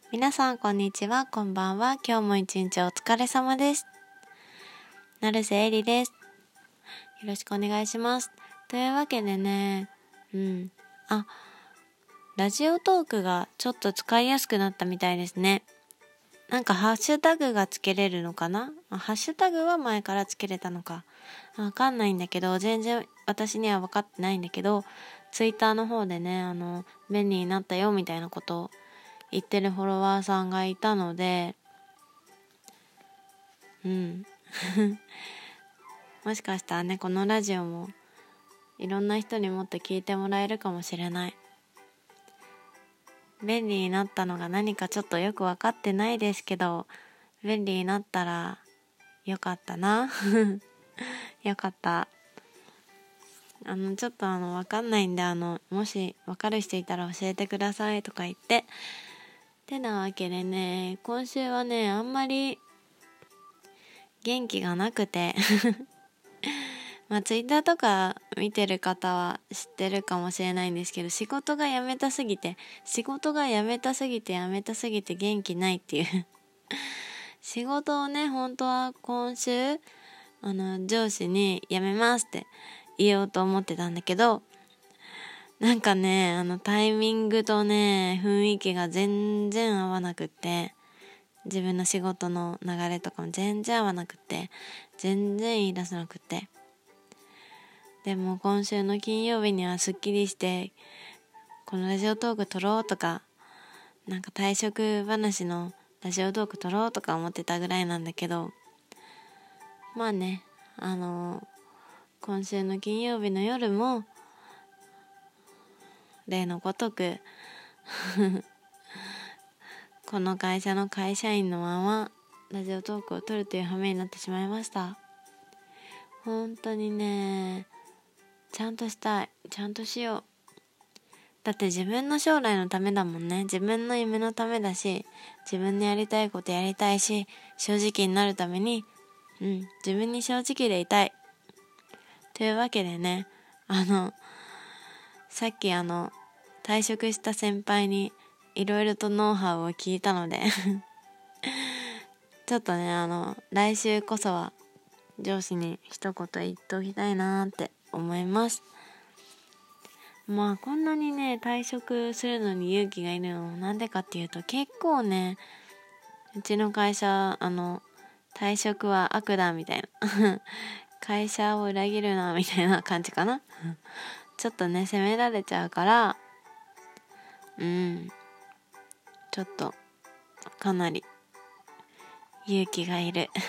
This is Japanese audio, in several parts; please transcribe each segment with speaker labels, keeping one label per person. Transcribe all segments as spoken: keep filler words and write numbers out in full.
Speaker 1: 皆さんこんにちは、こんばんは。今日も一日お疲れ様です。成瀬えりです。よろしくお願いします。というわけでね、うん、あ、ラジオトークがちょっと使いやすくなったみたいですね。なんかハッシュタグがつけれるのかな？ハッシュタグは前からつけれたのかわかんないんだけど、全然私には分かってないんだけど、ツイッターの方でね、あの便利になったよみたいなことを言ってるフォロワーさんがいたので、うんもしかしたらね、このラジオもいろんな人にもっと聞いてもらえるかもしれない。便利になったのが何かちょっとよく分かってないですけど、便利になったらよかったなよかった。あのちょっとあの分かんないんで、あのもし分かる人いたら教えてくださいとか言っててなわけでね、今週はねあんまり元気がなくてまあツイッターとか見てる方は知ってるかもしれないんですけど、仕事が辞めたすぎて仕事が辞めたすぎて辞めたすぎて元気ないっていう仕事をね、本当は今週あの上司に辞めますって言おうと思ってたんだけど、なんかね、あのタイミングとね雰囲気が全然合わなくって、自分の仕事の流れとかも全然合わなくって、全然言い出せなくって、でも今週の金曜日にはすっきりして、このラジオトーク撮ろうとか、なんか退職話のラジオトーク撮ろうとか思ってたぐらいなんだけど、まあね、あの今週の金曜日の夜も例のごとくこの会社の会社員のままラジオトークを撮るという羽目になってしまいました。本当にね、ちゃんとしたい、ちゃんとしよう。だって自分の将来のためだもんね。自分の夢のためだし、自分のやりたいことやりたいし、正直になるために、うん、自分に正直でいたいというわけでね、あのさっきあの退職した先輩にいろいろとノウハウを聞いたのでちょっとね、あの来週こそは上司に一言言っておきたいなって思います。まあこんなにね退職するのに勇気がいるのはなんでかっていうと、結構ね、うちの会社あの退職は悪だみたいな会社を裏切るなみたいな感じかなちょっとね責められちゃうから、うんちょっとかなり勇気がいる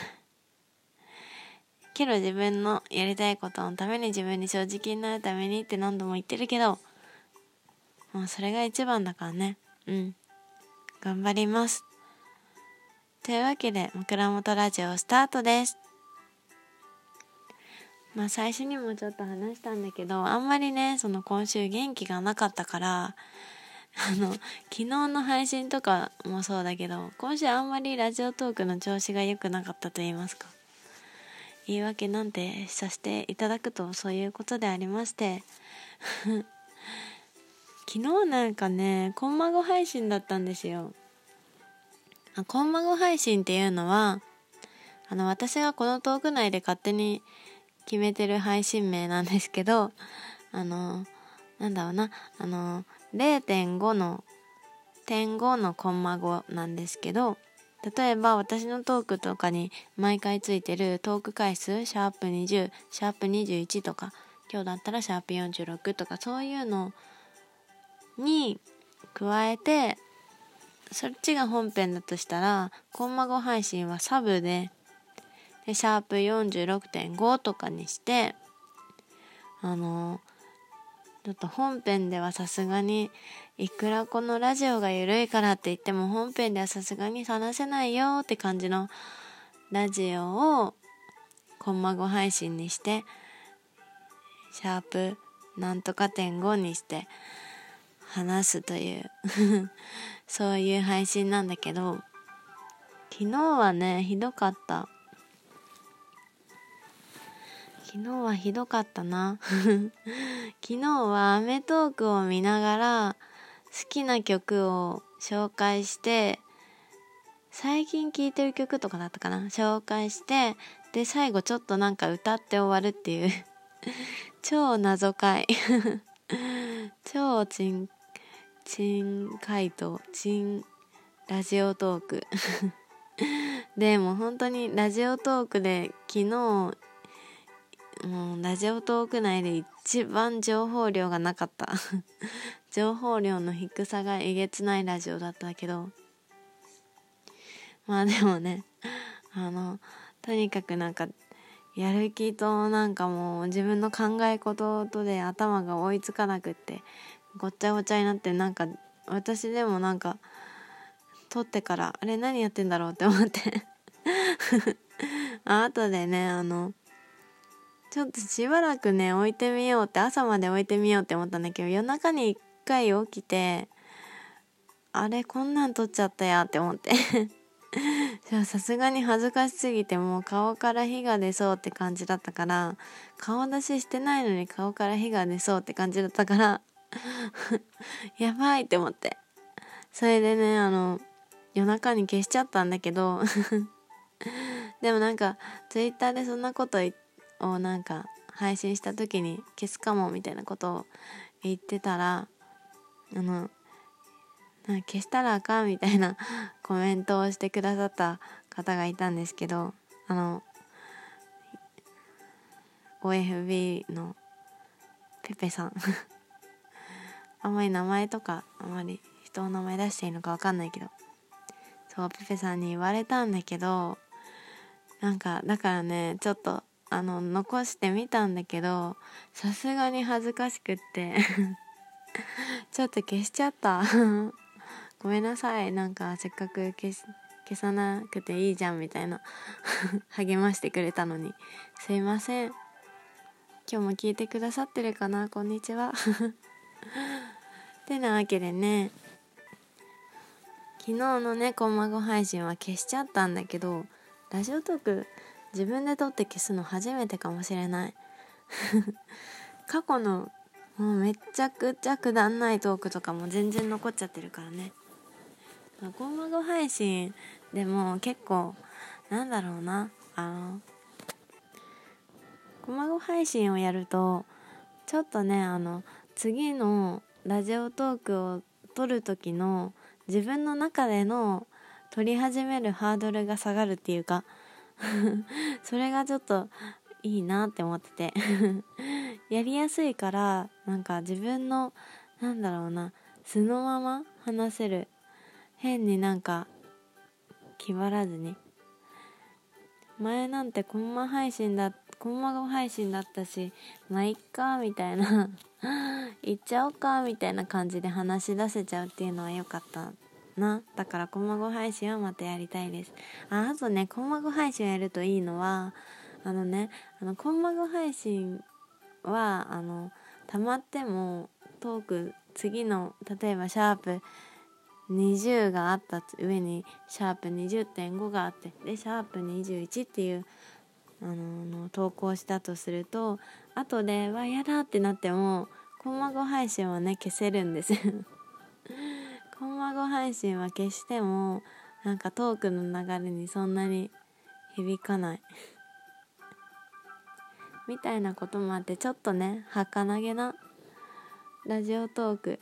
Speaker 1: けど自分のやりたいことのために、自分に正直になるためにって何度も言ってるけど、もうそれが一番だからね、うん頑張ります。というわけで枕元ラジオスタートです。まあ最初にもちょっと話したんだけど、あんまりねその今週元気がなかったから、あの昨日の配信とかもそうだけど、今週あんまりラジオトークの調子が良くなかったと言いますか、言い訳なんてさせていただくとそういうことでありまして昨日なんかねコンマゴ配信だったんですよ。コンマゴ配信っていうのは、あの私がこのトーク内で勝手に決めてる配信名なんですけど、あのなんだろうな、あの れいてんご の点ごのコンマごなんですけど、例えば私のトークとかに毎回ついてるトーク回数シャープにじゅう、シャープにじゅういちとか、今日だったらシャープよんじゅうろくとか、そういうのに加えて、そっちが本編だとしたらコンマご配信はサブで、でシャープ よんじゅうろくてんご とかにして、あのちょっと本編ではさすがにいくらこのラジオが緩いからって言っても本編ではさすがに話せないよって感じのラジオをコンマご配信にして、シャープなんとか点ごにして話すというそういう配信なんだけど、昨日はねひどかった。昨日はひどかったな昨日はアメトーークを見ながら好きな曲を紹介して、 最近聴いてる曲とかだったかな、紹介して、で最後ちょっとなんか歌って終わるっていう超謎回超珍珍回答珍ラジオトークでも本当にラジオトークで昨日もうラジオトーク内で一番情報量がなかった情報量の低さがえげつないラジオだったけど、まあでもね、あのとにかくなんかやる気となんかもう自分の考え事とで頭が追いつかなくってごっちゃごちゃになって、なんか私でもなんか撮ってからあれ何やってんだろうって思ってあ後でね、あのちょっとしばらくね置いてみようって、朝まで置いてみようって思ったんだけど、夜中に一回起きてあれこんなん撮っちゃったやって思ってさすがに恥ずかしすぎてもう顔から火が出そうって感じだったから、顔出ししてないのに顔から火が出そうって感じだったからやばいって思って、それでねあの夜中に消しちゃったんだけどでもなんかツイッターでそんなことをなんか配信した時に消すかもみたいなことを言ってたら、あの消したらあかんみたいなコメントをしてくださった方がいたんですけど、あの オーエフビー のペペさんあんまり名前とかあんまり人の名前出していいのか分かんないけど、そうペペさんに言われたんだけど、なんかだからねちょっとあの残してみたんだけど、さすがに恥ずかしくってちょっと消しちゃったごめんなさい、なんかせっかく消し消さなくていいじゃんみたいな励ましてくれたのにすいません。今日も聞いてくださってるかな、こんにちはてなわけでね、昨日のねコンマゴ配信は消しちゃったんだけど、ラジオトーク自分で撮って消すの初めてかもしれない過去のもうめっちゃくちゃくだんないトークとかも全然残っちゃってるからね。コンマゴ配信でも結構なんだろうな、あのコンマゴ配信をやるとちょっとね、あの次のラジオトークを撮る時の自分の中での撮り始めるハードルが下がるっていうかそれがちょっといいなって思っててやりやすいから、なんか自分のなんだろうな素のまま話せる、変になんか気張らずに、前なんてコンマ配信だコンマゴ配信だったしまあいっかみたいな言っちゃおうかみたいな感じで話し出せちゃうっていうのは良かったな。だからコンマゴ配信はまたやりたいです。あ、あとねコンマゴ配信をやるといいのは、あのねあのコンマゴ配信はあの溜まってもトーク次の例えばシャープにじゅうがあった上にシャープ にじゅってんご があって、でシャープにじゅういちっていうあの投稿したとすると、後でわやだってなってもコンマゴ配信はね消せるんですコンマゴ配信は消してもなんかトークの流れにそんなに響かないみたいなこともあって、ちょっとね儚げなラジオトーク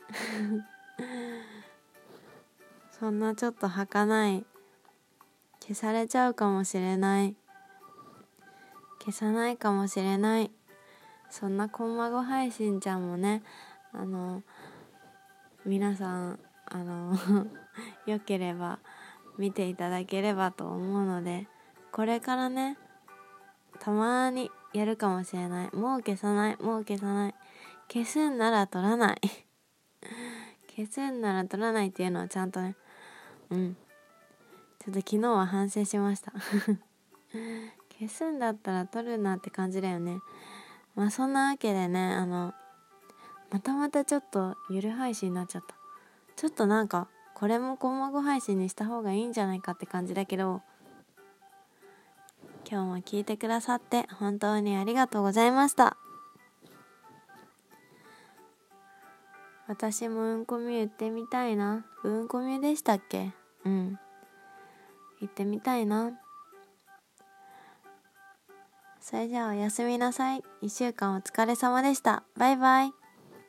Speaker 1: そんなちょっと儚い、消されちゃうかもしれない、消さないかもしれない、そんなコンマゴ配信ちゃんもね、あの皆さんあのよければ見ていただければと思うので、これからねたまにやるかもしれない。もう消さない、もう消さない、消すんなら撮らない消すんなら撮らないっていうのはちゃんとね、うんちょっと昨日は反省しました消すんだったら撮るなって感じだよね。まあそんなわけでね、あのまたまたちょっとゆる配信になっちゃった。ちょっとなんかこれもコンマゴ配信にした方がいいんじゃないかって感じだけど、今日も聞いてくださって本当にありがとうございました。私もうんこみゅ言ってみたいな。うんこみゅでしたっけ？うん行ってみたいな。それじゃあおやすみなさい。いっしゅうかんお疲れ様でした。バイバイ。